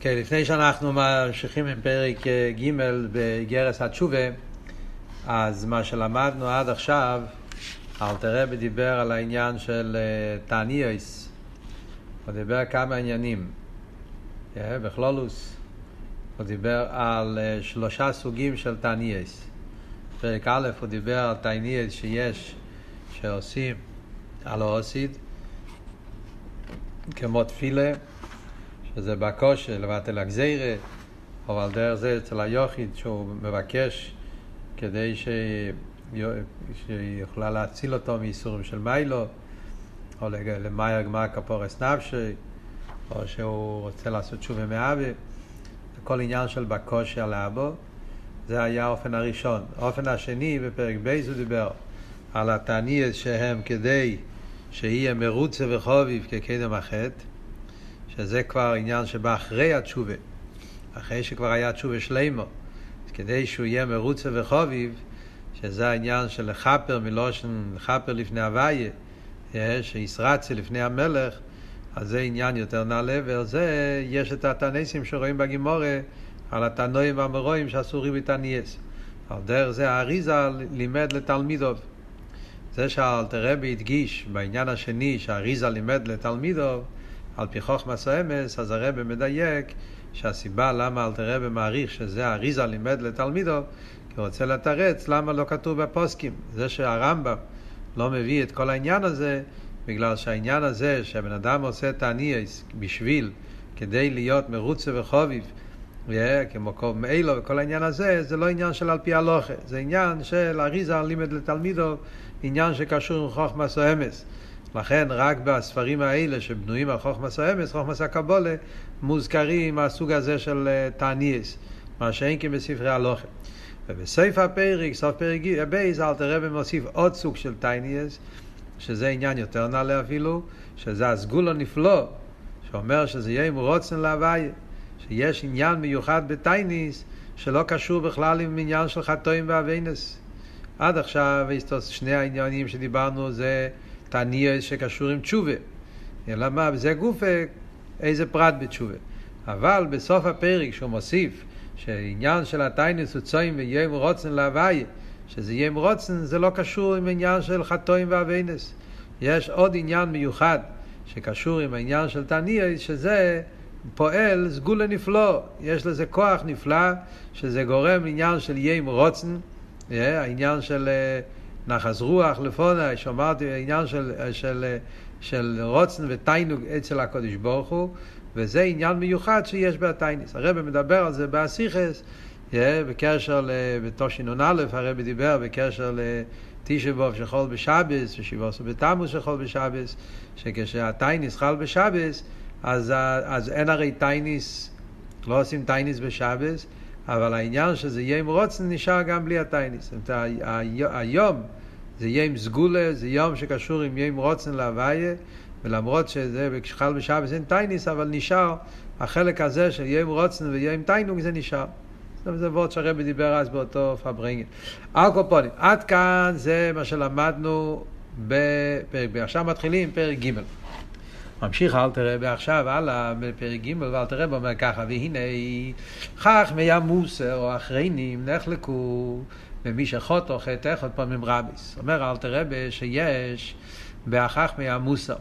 כן, לפני שאנחנו ממשיכים עם פרק ג' בגרס התשובה, אז מה שלמדנו עד עכשיו, אלתר רבי דיבר על העניין של תעניות. הוא דיבר כמה עניינים. בכלולוס, הוא דיבר על 3 סוגים של תעניות. פרק א' הוא דיבר על תעניות שיש, שעושים על האוסיד, כמו תפילה, שזה בקושי לבטל הגזירה, אבל דרך זה אצל היוחיד שהוא מבקש כדי שיוכלה להציל אותו מאיסורים של מיילו, או למאיר גמר כפורס נפשי, או שהוא רוצה לעשות תשובה מאבה. כל עניין של בקושי על האבו, זה היה האופן הראשון. האופן השני בפרק בייס הוא דיבר על התעניות שהם כדי שיהיה מרוצה וחוביב כקדם החטא, שזה כבר עניין שבא אחרי התשובה, אחרי שכבר היה תשובה שלמה, כדי שהוא יהיה מרוצה וחוביב, שזה העניין של לחפר מלושן, לחפר לפני הוויה, שישרצה לפני המלך, אז זה עניין יותר נעלה, ועל זה יש את התעניסים שרואים בגימורה, על התענויים והמרואים שאסורים בתענייס. על דרך זה האריזה לימד לתלמידוב. זה שאלתר רבי הדגיש בעניין השני שהאריזה לימד לתלמידוב, על פי חוכמת האמס, אז הרבי מדייק שהסיבה למה אלתר רבי מעריך שזה האריזה לימד לתלמידו, כי הוא רוצה לתרץ למה לא כתוב בפוסקים. זה שהרמב"ם לא מביא את כל העניין הזה, בגלל שהעניין הזה שהבן אדם עושה תעניות בשביל, כדי להיות מרוצה וחוביב, כמו קוב מאילו וכל העניין הזה, זה לא עניין של על פי הלוכה, זה עניין של האריזה לימד לתלמידו, עניין שקשור עם חוכמת האמס. לכן רק בספרים האלה שבנויים על חוכמת האמס, חוכמת הקבלה, מוזכרים הסוג הזה של תעניות, מה שאין כי בספרי הלוכה. ובסוף הפרק, סוף פרק בייס, אלתר רבי מוסיף עוד סוג של תעניות, שזה עניין יותר נעלה אפילו, שזה הסגול הנפלא, שאומר שזה יהיה עם רוצן להוויה, שיש עניין מיוחד בתעניות, שלא קשור בכלל עם עניין של חטאים ואבינס. עד עכשיו, שני העניינים שדיברנו זה תעניות שקשור עם תשובה. אלא מה? בזה גופה איזה פרט בתשובה. אבל בסוף הפרק שהוא מוסיף שעניין של התעניות הוא צוים ויהיה עם רוצן להוויה, שזה יהיה עם רוצן, זה לא קשור עם עניין של חטאים ואבינס. יש עוד עניין מיוחד שקשור עם העניין של תעניות, שזה פועל סגולה נפלא. יש לזה כוח נפלא, שזה גורם עניין של יהיה עם רוצן, העניין של נחס רוח לפונה, שאמרתי, העניין של רוצן ותיינוג אצל הקדוש ברוך הוא, וזה עניין מיוחד שיש בתעניות. הרב מדבר על זה בהסיכס, בקשר בתושינון א', הרב דיבר בקשר לתשעה באב שחול בשבס, ושבעה בתמוז שחול בשבס, שכשהתעניות חל בשבס, אז אין הרי תעניות, לא עושים תעניות בשבס, אבל העניין שזה יהיה עם רוצן נשאר גם בלי התעניות. היום זה יהיה עם סגולה, זה יום שקשור עם יהיה עם רוצן להוויה, ולמרות שזה כשחל בשבס אין תעניות, אבל נשאר החלק הזה של יהיה עם רוצן ויהיה עם תענוג, זה נשאר. זה וורט שהרבי דיבר אז באותו פברנגל. הקופונים, עד כאן זה מה שלמדנו בפרק ב'. עכשיו מתחילים פרק ג'. ממשיך אלתר רבי עכשיו הלאה בפרק ג', ואלתר רבי אומר ככה, והנה חכמי המוסר או אחרונים נחלקו במי שחוטא חטא אחד פעמים רביס. אומר אלתר רבי שיש בחכמי המוסר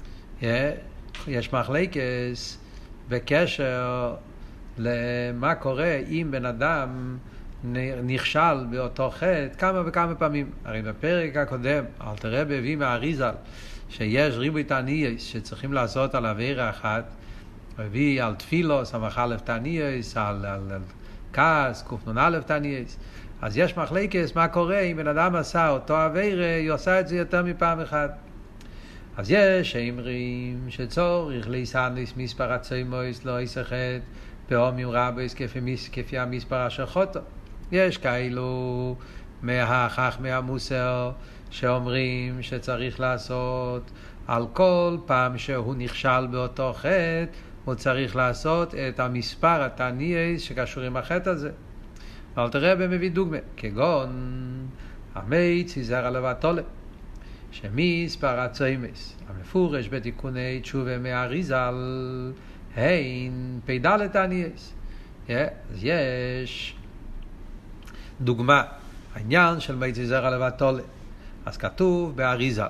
יש מחלקס בקשר למה קורה אם בן אדם נכשל באותו חטא כמה וכמה פעמים. הרי בפרק הקודם אלתר רבי הביא מהאריזל שיש ריבוי תעניות שצריכים לעשות על עבירה אחת, הביא על תפילוס, סמך א' תעניות, על כעס, קנ"א תעניות. אז יש מחלקת מה קורה אם בן אדם עשה אותו עבירה, היא עושה את זה יותר מפעם אחת. אז יש שאומרים שצורך להיסנס מספר הצומות לא יסחט פעמים רבות כפי המספר אשר חוטא. יש כאלו מהחכמי המוסר שאומרים שצריך לעשות על כל פעם שהוא נכשל באותו חטא, הוא צריך לעשות את המספר התעניות שקשור עם החטא הזה. אלתר רבי מביא דוגמה, כגון המייץ יזהר לבטלה, שמספר הצומות המפורש בתיקוני תשובה מהאריזל אין פ"ד תעניות. אז יש דוגמה, העניין של מייצי זרע לבטולה. אז כתוב באריזל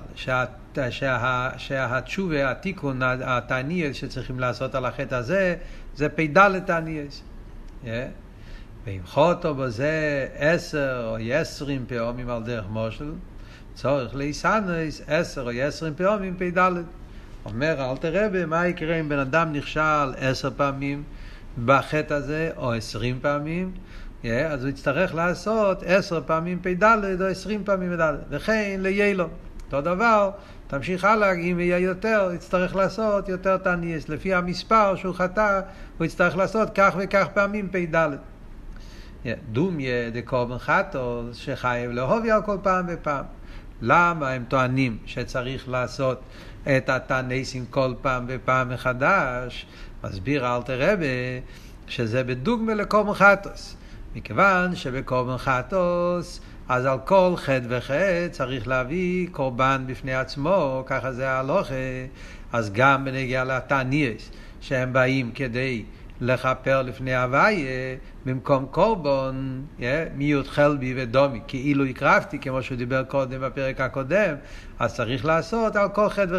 שהתשובה, התיקון, התעניות שצריכים לעשות על החטא הזה, זה פ"ד תעניות. והמחותו בזה 10 או 20 פעמים על דרך מושל, צורך להיסנס 10 או 20 פעמים פ"ד. אומר אלתר רבי, מה יקרה אם בן אדם נכשל 10 פעמים בחטא הזה או 20 פעמים? אז הוא יצטרך לעשות 10 פעמים פ"ד או 20 פעמים פ"ד, וכן ליילו. אותו דבר, תמשיך הלאה, אם יהיה יותר, יצטרך לעשות יותר תעניות. לפי המספר שהוא חטא, הוא יצטרך לעשות כך וכך פעמים פ"ד. דומיה דקורבן חטא שחייב להובי על כל פעם ופעם. למה הם טוענים שצריך לעשות את התעניסים כל פעם ופעם מחדש? מסביר אלתר רבי שזה בדוגמה לקורבן חטא. מכיוון שבקורבן חטא אז על כל חטא וחטא צריך להביא קורבן בפני עצמו, ככה זה ההלכה. אז גם בנגיע לתעניות שהם באים כדי לכפר לפני הוויה, במקום קורבן מיעוט חלבי ודומי, כאילו הקרבתי, כמו שהוא דיבר קודם בפרק הקודם, אז צריך לעשות על כל חטא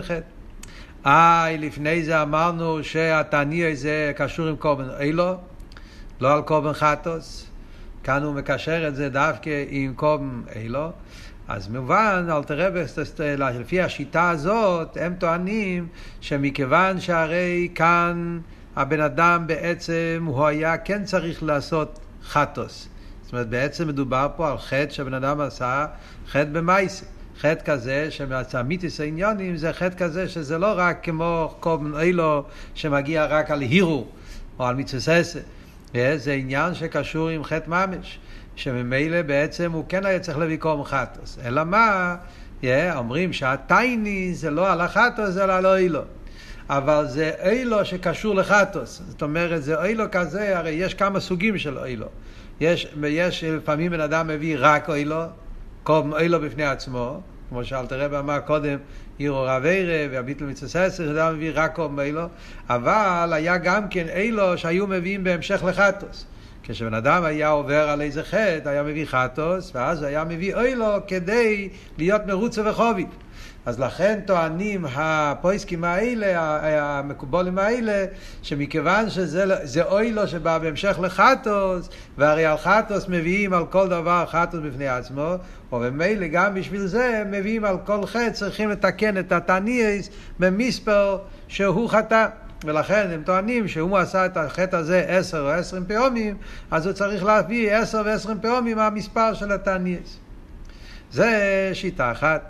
וחטא. לפני זה אמרנו שהתעניות זה קשור עם קורבן אילו, לא על קורבן חטא. כאן הוא מקשר את זה דווקא עם קורבן אילו. אז מובן, אלתר רבי, לפי השיטה הזאת, הם טוענים שמכיוון שהרי כאן הבן אדם בעצם הוא היה כן צריך לעשות חטוס. זאת אומרת, בעצם מדובר פה על חטא שבן אדם עשה חטא במייסה. חטא כזה שמאמיתיס העניונים זה חטא כזה שזה לא רק כמו קורבן אילו שמגיע רק על הירו או על מצווה. זה עניין שקשור עם חטא ממש, שממילא בעצם הוא כן היה צריך להביא קורבן חטוס. אלא מה? אומרים שהתייני זה לא על החטוס אלא על אילו. אבל זה אילו שקשור לחטוס. זאת אומרת, זה אילו כזה, הרי יש כמה סוגים של אילו. יש לפעמים בן אדם מביא רק אילו, קורבן אילו בפני עצמו, כמו שאלתר רבי אמר קודם, עירו רביירה והביטל מצווה, שאדם מביא רק קורבן אילו, אבל היה גם כן אילו שהיו מביאים בהמשך לחטוס. כשבן אדם היה עובר על איזה חטא, היה מביא חטוס, ואז היה מביא אילו כדי להיות מרוצה וחובית. אז לכן טוענים הפויסקים האלה, המקובולים האלה, שמכיוון שזה אוילו שבא בהמשך לחטוס, והרי על חטוס מביאים על כל דבר חטוס בפני עצמו, ובמילא גם בשביל זה מביאים על כל חטא, צריכים לתקן את התעניות במספר שהוא חטא. ולכן הם טוענים שהוא עשה את החטא הזה 10 או 20 פעמים, אז הוא צריך להביא 10 ו-20 פעמים המספר של התעניות. זה שיטה אחת.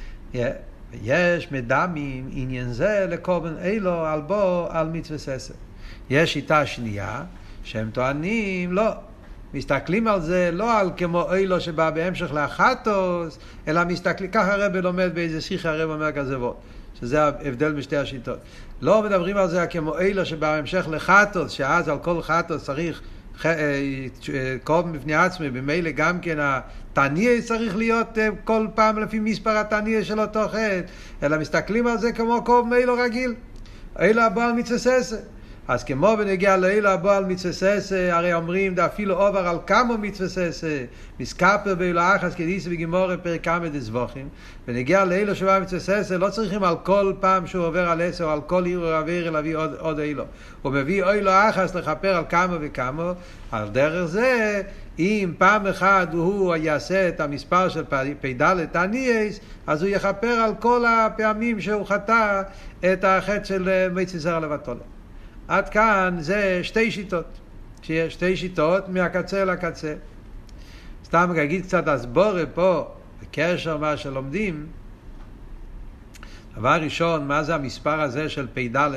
יש מדמים עניין זה לקורבן אילו על בו על מצווה ססר. יש שיטה שנייה שהם טוענים לא, מסתכלים על זה לא על כמו אילו שבא בהמשך לחטוס, אלא מסתכלים, ככה הרב לומד באיזה שיחה הרב אומר כזה ווד, שזה ההבדל בשתי השיטות. לא מדברים על זה כמו אילו שבא בהמשך לחטוס, שאז על כל חטוס צריך קורבן בפני עצמי, במילא גם כן התעניה צריך להיות כל פעם לפי מספר התעניה של אותו חטא, אלא מסתכלים על זה כמו קורבן אילו רגיל, אילו הבעל מצווה ססה. אז כמו בנגיע לאילו הבעל מצווה ססה, הרי אומרים אפילו עובר על כמה מצווה ססה, מסקפר באילו אחס כדיסי בגימורה פרק כמה דזבוכים. בנגיע לאילו שבא מצווה ססה לא צריכים על כל פעם שהוא עובר על 10 או על כל עיר עביר להביא עוד אילו. הוא מביא אילו אחס לכפר על כמה וכמה. על דרך זה, אם פעם אחד הוא יעשה את המספר של פ"ד תעניות, אז הוא יכפר על כל הפעמים שהוא חטא את החטא של מייצי זרע לבטולה. עד כאן זה שתי שיטות. שיש שתי שיטות מהקצה לקצה. סתם אגיד קצת הסבורה פה, בקשר מה שלומדים. דבר ראשון, מה זה המספר הזה של פ"ד?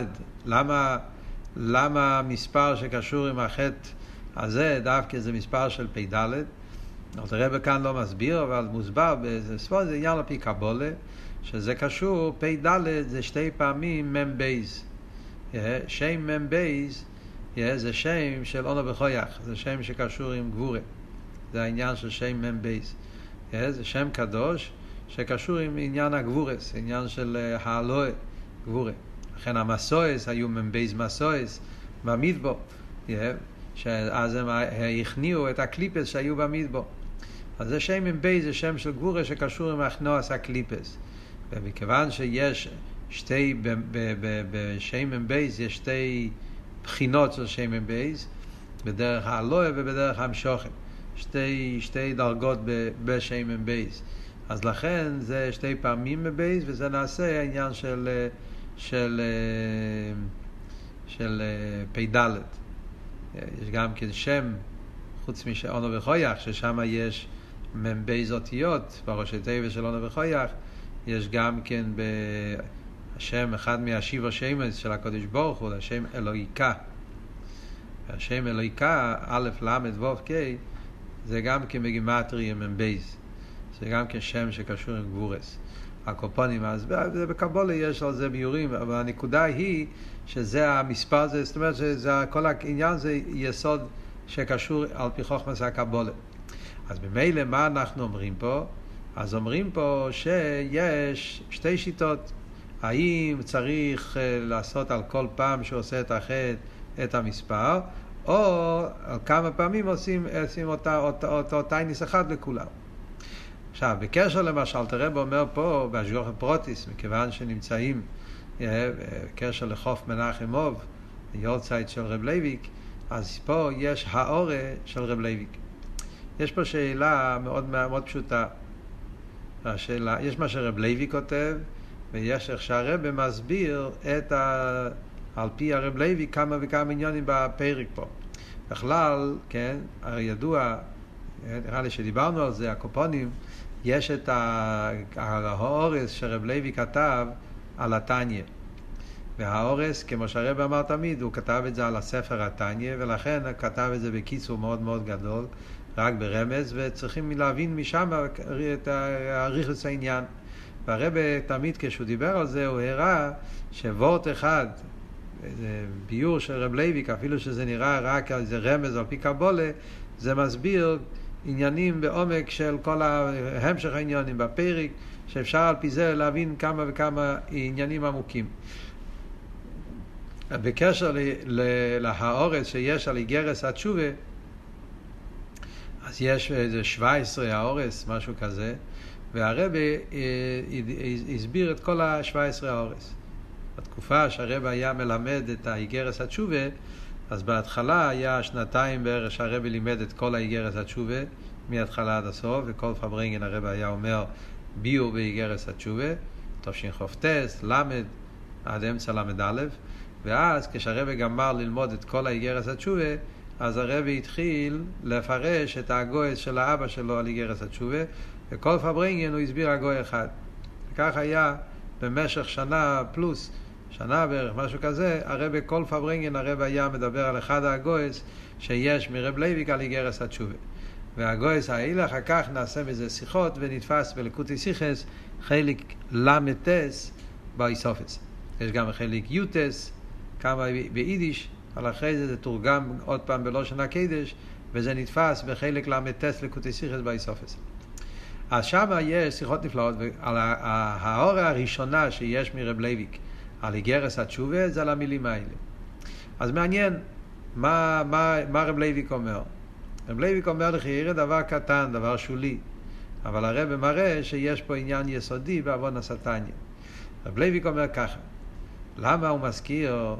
למה המספר שקשור עם החטא הזה דווקא זה מספר של פ"ד? הרב כאן לא מסביר, אבל מוסבר באיזה ספור, זה עניין לפי קבולה, שזה קשור, פ"ד זה שתי פעמים מם בייז. שם מם בייז זה שם של אונו בחויך, זה שם שקשור עם גבורה, זה העניין של שם מם בייז. זה שם קדוש שקשור עם עניין הגבורס, עניין של העלוה גבורה. לכן המסויס היו מבייז מסויס במדבר, שאז הם הכניעו את הקליפס שהיו במדבר. אז זה שם מבייז, זה שם של גבורה שקשור עם הכנועס הקליפס. ומכיוון שיש שתי, בשם מבייז יש שתי בחינות של שם מבייז, בדרך האלוה ובדרך המשוכן. שתי דרגות בשם מבייז. אז לכן זה שתי פעמים מבייז, וזה נעשה העניין של פיידלת. יש גם כן שם, חוץ משאונו וחויך, ששם יש מבייז אותיות, בראשי תיבה של אונו וחויך, יש גם כן השם, אחד מהשיבה שמות של הקדוש ברוך הוא, השם אלוהיקה. השם אלוהיקה, א' למד ו' ק', זה גם כן בגימטריה מבייז. זה גם כן שם שקשור עם גבורס. הקופונים, אז בקבולה יש על זה ביורים, אבל הנקודה היא שזה המספר, זאת אומרת שכל העניין זה יסוד שקשור על פי חוכמת הקבולה. אז במילא מה אנחנו אומרים פה? אז אומרים פה שיש שתי שיטות. האם צריך לעשות על כל פעם שעושה את החטא את המספר, או על כמה פעמים עושים אותו טייניס אחד לכולם. עכשיו, בקשר למשל, תראה אומר פה, בהשגוח פרוטיס, מכיוון שנמצאים בקשר לחוף מנחם אוב, יורצייט של רב לייביק, אז פה יש האורה של רב לייביק. יש פה שאלה מאוד מאוד פשוטה. השאלה, יש מה שרב לייביק כותב, ויש איך שהרב מסביר על פי הרב לייביק כמה וכמה עניונים בפרק פה. בכלל, כן, הרי ידוע, נראה לי שדיברנו על זה, הקופונים, יש את האורס שרב לוי כתב על התניה. והאורס, כמו שהרב אמר תמיד, הוא כתב את זה על הספר התניה, ולכן הוא כתב את זה בקיצור מאוד מאוד גדול, רק ברמז, וצריכים להבין משם את העריכות העניין. והרב תמיד כשהוא דיבר על זה, הוא הראה שוורט אחד, זה ביור של רב לוי, אפילו שזה נראה רק על זה רמז על פי קבולה, זה מסביר עניינים בעומק של כל המשך העניינים בפרק, שאפשר על פי זה להבין כמה וכמה עניינים עמוקים. בקשר להאורס שיש על איגרס התשובה, אז יש איזה 17 האורס, משהו כזה, והרב הסביר את כל ה-17 האורס. בתקופה שהרב היה מלמד את האיגרס התשובה, אז בהתחלה היה שנתיים בערך שהרב לימד את כל האיגרס התשובה, מההתחלה עד הסוף, וכל פברנגן הרב היה אומר ביור באיגרס התשובה, תשכ"ט, למד, עד אמצע למד א', ואז כשהרב גמר ללמוד את כל האיגרס התשובה, אז הרב התחיל לפרש את הגוי של האבא שלו על איגרס התשובה, וכל פברנגן הוא הסביר הגוי אחד. וכך היה במשך שנה פלוס, שנה בערך, משהו כזה, הרב כל פברנגן הרב היה מדבר על אחד הגויס שיש מרב לייביק על איגרס התשובה. והגויס האלה אחר כך נעשה מזה שיחות ונתפס בליקוטי שיחס חלק למטס באיסופס. יש גם חלק יוטס, כמה ביידיש, על אחרי זה תורגם עוד פעם בלושן הקדש, וזה נתפס בחלק למטס ליקוטי שיחס באיסופס. אז שם יש שיחות נפלאות, ועל ההוראה הראשונה שיש מרב לייביק על איגרס התשובה זה על המילים האלה. אז מעניין מה רב לייביק אומר. רב לייביק אומר לכי דבר קטן, דבר שולי, אבל הרב מראה שיש פה עניין יסודי בעוון השטניה. רב לייביק אומר ככה, למה הוא מזכיר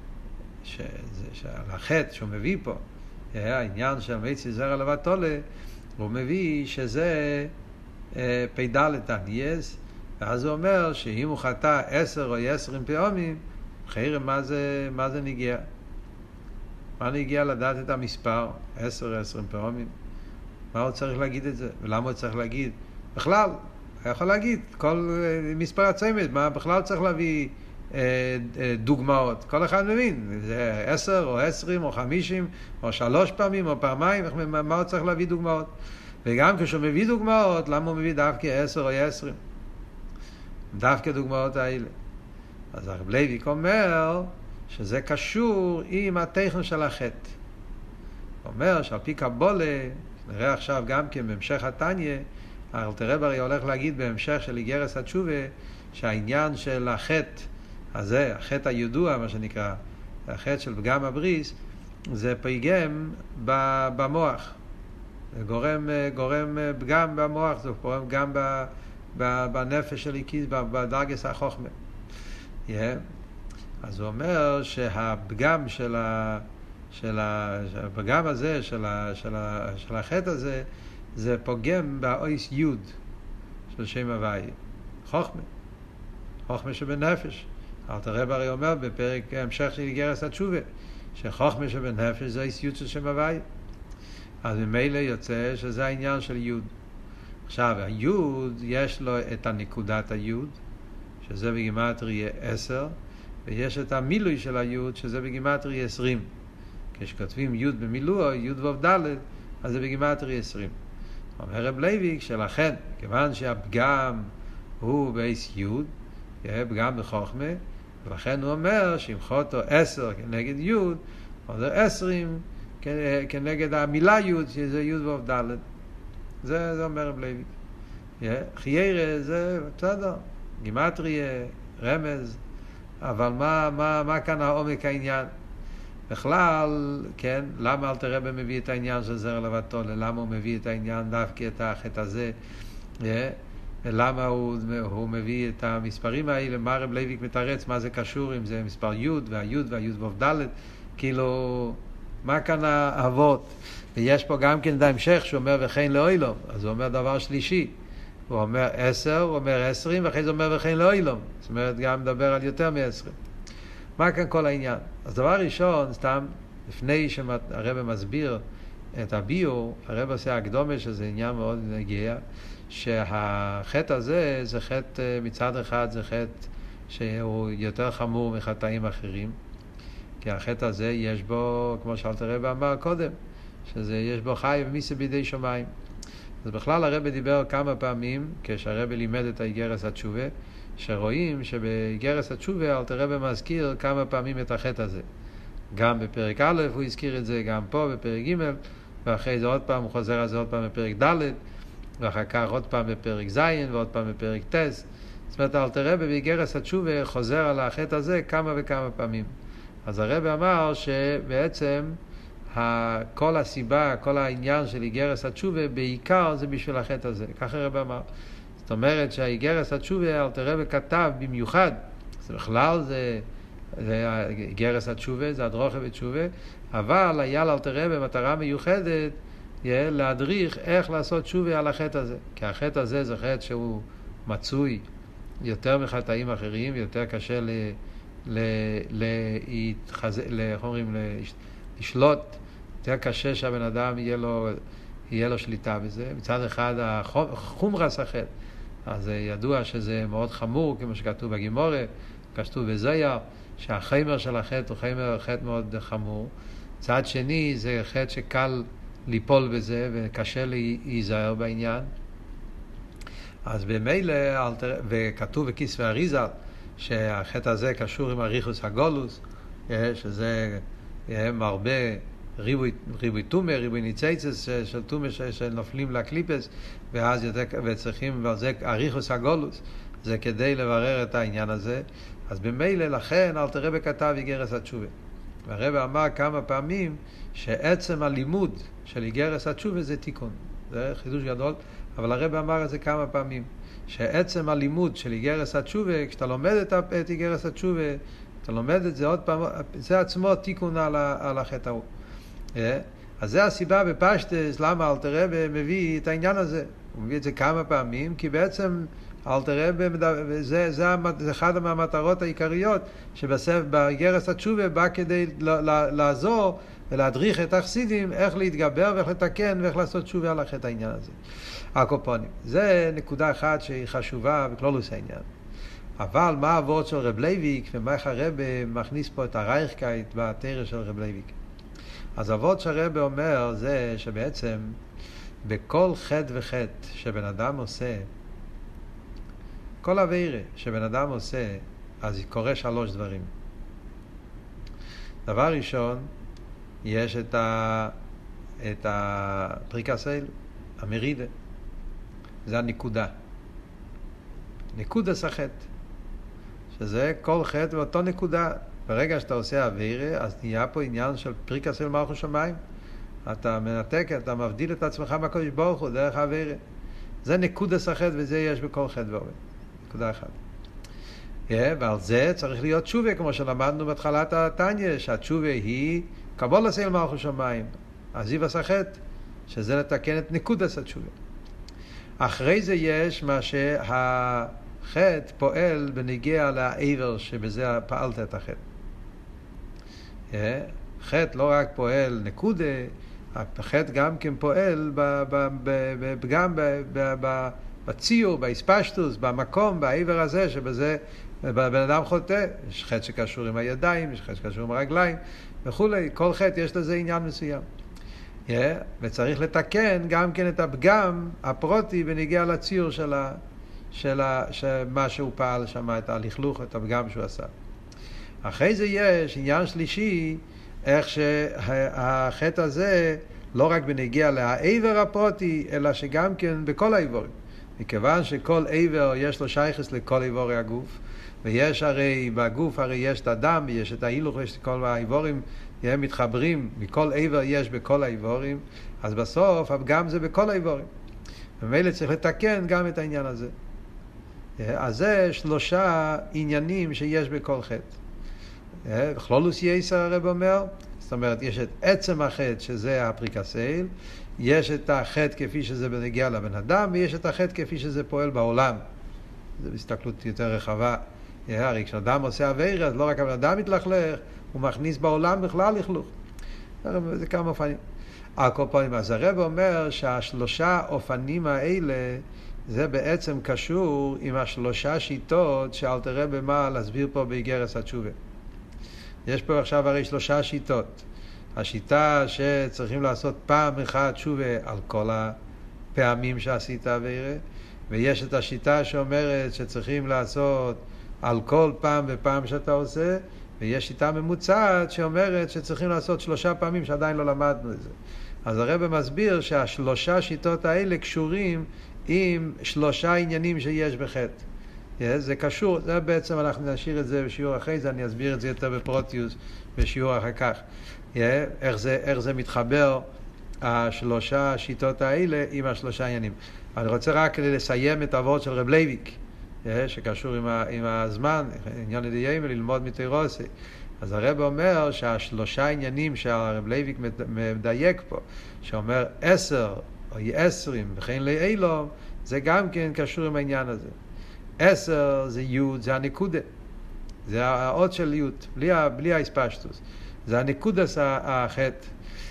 שעל החטא שהוא מביא פה, העניין של מיצי זרע לבטולה, הוא מביא שזה פיידלת הניאס, ואז הוא אומר שאם הוא חטא 10 או 20 פעמים, חיירם מה זה נגיע? מה נגיע לדעת את המספר 10 או 20 פעמים? מה הוא צריך להגיד את זה? ולמה הוא צריך להגיד? בכלל, הוא יכול להגיד כל מספר הצמד, מה בכלל צריך להביא דוגמאות? כל אחד מבין, זה 10 או 20 או 50 או 3 פעמים או פעמיים, מה הוא צריך להביא דוגמאות? וגם כשהוא מביא דוגמאות, למה הוא מביא דווקא 10 או 20? דווקא דוגמאות האלה. אז הרב לייביק אומר שזה קשור עם הטכן של החטא. הוא אומר שעל פי קבולה, נראה עכשיו גם כן בהמשך התניה, אלתר רבי הולך להגיד בהמשך של איגרס התשובה, שהעניין של החטא אז זה החטא הידוע, מה שנקרא, החטא של פגם הבריס, זה פגם במוח. זה גורם פגם במוח, זה גורם גם בנפש של איקיס, בדרגס החוכמה. אז הוא אומר שהפגם הפגם הזה, של החטא הזה, זה פוגם באויס יוד של שם הוויה. חוכמה שבנפש. אלתר רב הרי אומר בפרק המשך של איגרס התשובה, שחוכמה שבנפש זה אויס יוד של שם הוויה. אז ממילא יוצא שזה העניין של יוד. עכשיו, היוד יש לו את הנקודת היוד, שזה בגימטריה 10, ויש את המילוי של היוד, שזה בגימטריה 20. כשכותבים יוד במילוא, יוד ו' ד', אז זה בגימטריה 20. אומר רב לייביק שלכן, כיוון שהפגם הוא בייס יוד, פגם בחוכמה, ולכן הוא אומר שאם חוטו 10 כנגד יוד, אז זה 20 כנגד המילה יוד, שזה יוד ו' ד'. זה אומר רב לייביק. חיירה זה בסדר, גימטריה, רמז, אבל מה כאן העומק העניין? בכלל, כן, למה אלתר רבי מביא את העניין של זרע לבטול? למה הוא מביא את העניין דווקא את החטא הזה? למה הוא מביא את המספרים האלה? מה רב לייביק מתרץ? מה זה קשור אם זה מספר י' והי' ו' ד'? כאילו, מה כאן האבות? ויש פה גם כן בהמשך שאומר וכן לאוילום, אז הוא אומר דבר שלישי. הוא אומר 10, הוא אומר 20, ואחרי זה אומר וכן לאוילום. זאת אומרת, גם מדבר על יותר מ-20. מה כאן כל העניין? אז דבר ראשון, סתם, לפני שהרבא מסביר את הביור, הרבא עושה הקדומה, שזה עניין מאוד נגיע, שהחטא הזה, זה חטא, מצד אחד זה חטא שהוא יותר חמור מחטאים אחרים, כי החטא הזה יש בו, כמו שאלתר רבי אמר קודם, שיש בו חי ומיסה בידי שמיים. אז בכלל הרבי דיבר כמה פעמים, כשהרבי לימד את האיגרס התשובה, שרואים שבאיגרס התשובה אלתר רבי מזכיר כמה פעמים את החטא הזה. גם בפרק א' הוא הזכיר את זה, גם פה בפרק ג', ואחרי זה עוד פעם הוא חוזר על זה עוד פעם בפרק ד', ואחר כך עוד פעם בפרק ז' ועוד פעם בפרק ט'. זאת אומרת, אלתר רבי באיגרס התשובה חוזר על החטא הזה כמה וכמה פעמים. אז הרבי אמר שבעצם כל הסיבה, כל העניין של איגרס התשובה בעיקר זה בשביל החטא הזה. ככה הרבי אמר. זאת אומרת שהאיגרס התשובה אלתר רבי כתב במיוחד, זה בכלל זה איגרס התשובה, זה הדרוכה בתשובה, אבל היה לאלתר רבי מטרה מיוחדת להדריך איך לעשות תשובה על החטא הזה. כי החטא הזה זה חטא שהוא מצוי יותר מחטאים אחרים, יותר קשה לשלוט, יותר קשה שהבן אדם יהיה לו שליטה בזה. מצד אחד חומרס החטא, אז ידוע שזה מאוד חמור, כמו שכתוב בגימורה, כתוב בזוהר, שהחומר של החטא הוא חטא מאוד חמור. מצד שני זה חטא שקל ליפול בזה וקשה להיזהר בעניין. אז במילא, וכתוב בכיסא אריזל, שהחטא הזה קשור עם אריכוס הגולוס, שזה מרבה ריבוי תומר, ריבוי ניצייצס של תומר שנופלים לקליפס, ואז וצריכים, וזה אריכוס הגולוס, זה כדי לברר את העניין הזה. אז במילא לכן אלתר רבי כתב איגרס התשובה. והרבי אמר כמה פעמים שעצם הלימוד של איגרס התשובה זה תיקון. זה חידוש גדול, אבל הרבי אמר את זה כמה פעמים. שעצם הלימוד של איגרס התשובה, כשאתה לומד את איגרס התשובה, אתה לומד את זה עוד פעם, זה עצמו תיקון על החטא ההוא. אז זה הסיבה בפשטס למה אלתר רבי מביא את העניין הזה. הוא מביא את זה כמה פעמים, כי בעצם אלתר רבי, זה אחד מהמטרות העיקריות, שבסוף באיגרס התשובה בא כדי לעזור ולהדריך את החסידים איך להתגבר ואיך לתקן ואיך לעשות תשובה על החטא העניין הזה. הקופונים. זה נקודה אחת שהיא חשובה בכלולוס העניין. אבל מה העבוד של רב לייביק ומה איך הרב מכניס פה את הרייכקייט בתורה של רב לייביק? אז העבוד שהרב אומר זה שבעצם בכל חטא וחטא שבן אדם עושה, כל עבירה שבן אדם עושה, אז קורה 3 דברים. דבר ראשון, יש את הפריקסל, המרידה. זה הנקודה. נקודה סחט. שזה כל חטא באותו נקודה. ברגע שאתה עושה עבירה, אז נהיה פה עניין של פריקה של מלכות שמיים. אתה מנתק, אתה מבדיל את עצמך מהקדוש ברוך הוא דרך העבירה. זה נקודס החטא, וזה יש בכל חטא ועובד. נקודה אחת. ועל זה צריך להיות תשובה, כמו שלמדנו בהתחלת התניא, שהתשובה היא קבול עשה אל מלכות שמיים. עזיב עשה חטא, שזה לתקן את נקודס התשובה. אחרי זה יש מה שהחטא פועל בנגיע לעבר שבזה פעלת את החטא. חטא לא רק פועל נקודה, החטא גם כן פועל גם בציור, בהספשטוס, במקום, בעבר הזה שבזה בן אדם חוטא. יש חטא שקשור עם הידיים, יש חטא שקשור עם הרגליים וכולי. כל חטא יש לזה עניין מסוים. וצריך לתקן גם כן את הפגם הפרוטי בנגיע לציור של מה שהוא פעל שם, את הלכלוך, את הפגם שהוא עשה. אחרי זה יש עניין שלישי, איך שהחטא הזה לא רק בנגיע לעבר הפרוטי, אלא שגם כן בכל האיבורים. מכיוון שכל עבר יש לו שייכס לכל איבורי הגוף, ויש הרי בגוף הרי יש את הדם, יש את ההילוך, יש את כל האיבורים, הם מתחברים, מכל עבר יש בכל האיבורים, אז בסוף הפגם זה בכל האיבורים. ומילא צריך לתקן גם את העניין הזה. אז זה 3 עניינים שיש בכל חטא. בכלולוס יסר הרב אומר, זאת אומרת, יש את עצם החטא שזה הפריקסייל, יש את החטא כפי שזה בנגיע לבן אדם, ויש את החטא כפי שזה פועל בעולם. זה בהסתכלות יותר רחבה. הרי כשאדם עושה עבירה, אז לא רק הבן אדם מתלכלך, הוא מכניס בעולם בכלל לכלוך. זה כמה אופנים. על כל פעמים, אז הרב אומר שה3 אופנים האלה, זה בעצם קשור עם 3 שיטות שאלתר רבי מה להסביר פה באיגרס התשובה. יש פה עכשיו הרי 3 שיטות. השיטה שצריכים לעשות פעם אחת תשובה על כל הפעמים שעשית עבירה, ויש את השיטה שאומרת שצריכים לעשות על כל פעם ופעם שאתה עושה, ויש שיטה ממוצעת שאומרת שצריכים לעשות 3 פעמים שעדיין לא למדנו את זה. אז הרב מסביר שה3 שיטות האלה קשורים עם 3 עניינים שיש בחטא. זה קשור, זה בעצם אנחנו נשאיר את זה בשיעור אחרי זה, אני אסביר את זה יותר בפרוטיוס בשיעור אחר כך. איך זה מתחבר 3 שיטות האלה עם 3 עניינים. אני רוצה רק לסיים את העבוד של רב לייביק, שקשור עם הזמן, עניין לדייהם וללמוד מתירוסי. אז הרב אומר שה3 עניינים שהרב לייביק מדייק פה, שאומר 10 או 20 וכן לאילום, זה גם כן קשור עם העניין הזה. 10 זה יוד, זה הנקודה, זה האות של יוד, בלי ההספשטוס, זה הנקודה החטא.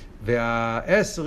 וה20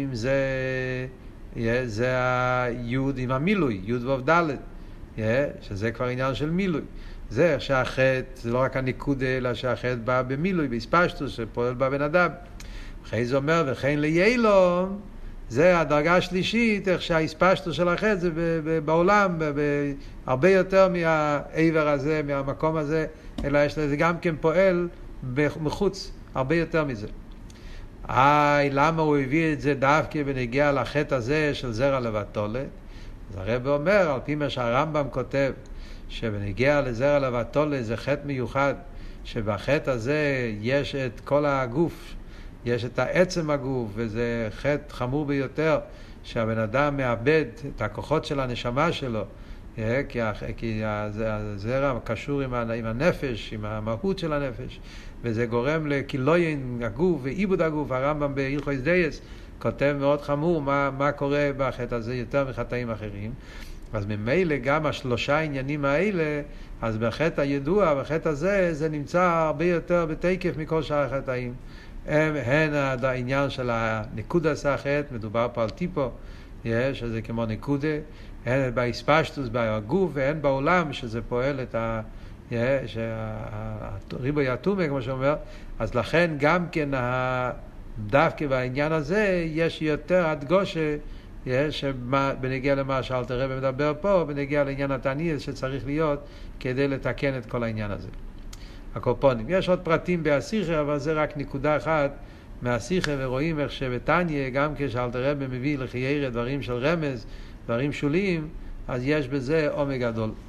זה היוד עם המילוי, יוד ובדלת, שזה כבר עניין של מילוי. זה שהחטא זה לא רק הנקודה, אלא שהחטא בא במילוי, בהספשטוס שפועל בבן אדם. אחרי זה אומר וכן ליילום, זה הדרגה השלישית, איך שההספשטוס של החטא זה בעולם הרבה יותר מהעבר הזה, מהמקום הזה, אלא יש לזה גם כן פועל מחוץ, הרבה יותר מזה. למה הוא הביא את זה דווקא בנגיע לחטא הזה של זרע לבטולת? אז הרב אומר, על פי מה שהרמב"ם כותב, שבנגיע לזרע לבטולת זה חטא מיוחד, שבחטא הזה יש את כל הגוף, יש את העצם הגוף, וזה חטא חמור ביותר, שהבן אדם מאבד את הכוחות של הנשמה שלו, כי הזרע קשור עם הנפש, עם המהות של הנפש, וזה גורם לקילוין הגוף ואיבוד הגוף. הרמב"ם בהלכות דייס כותב מאוד חמור מה קורה בחטא הזה יותר מחטאים אחרים. אז ממילא גם 3 העניינים האלה, אז בחטא הידוע, בחטא הזה, זה נמצא הרבה יותר בתקף מכל שאר החטאים. הן העניין של הנקודה החטא, מדובר פה על טיפו, שזה כמו נקודה, הן בהספשטוס בגוף, והן בעולם שזה פועל את ריבוי התומה, כמו שאומר. אז לכן גם כן דווקא בעניין הזה יש יותר הדגושה, בנגיע למה שאלתר רבי מדבר פה, בנגיע לעניין התענית שצריך להיות כדי לתקן את כל העניין הזה. הקופונים. יש עוד פרטים בהשיחה, אבל זה רק נקודה אחת מהשיחה, ורואים איך שבתניא, גם כשאלתר רבי מביא לחיירה דברים של רמז, דברים שוליים, אז יש בזה עומק גדול.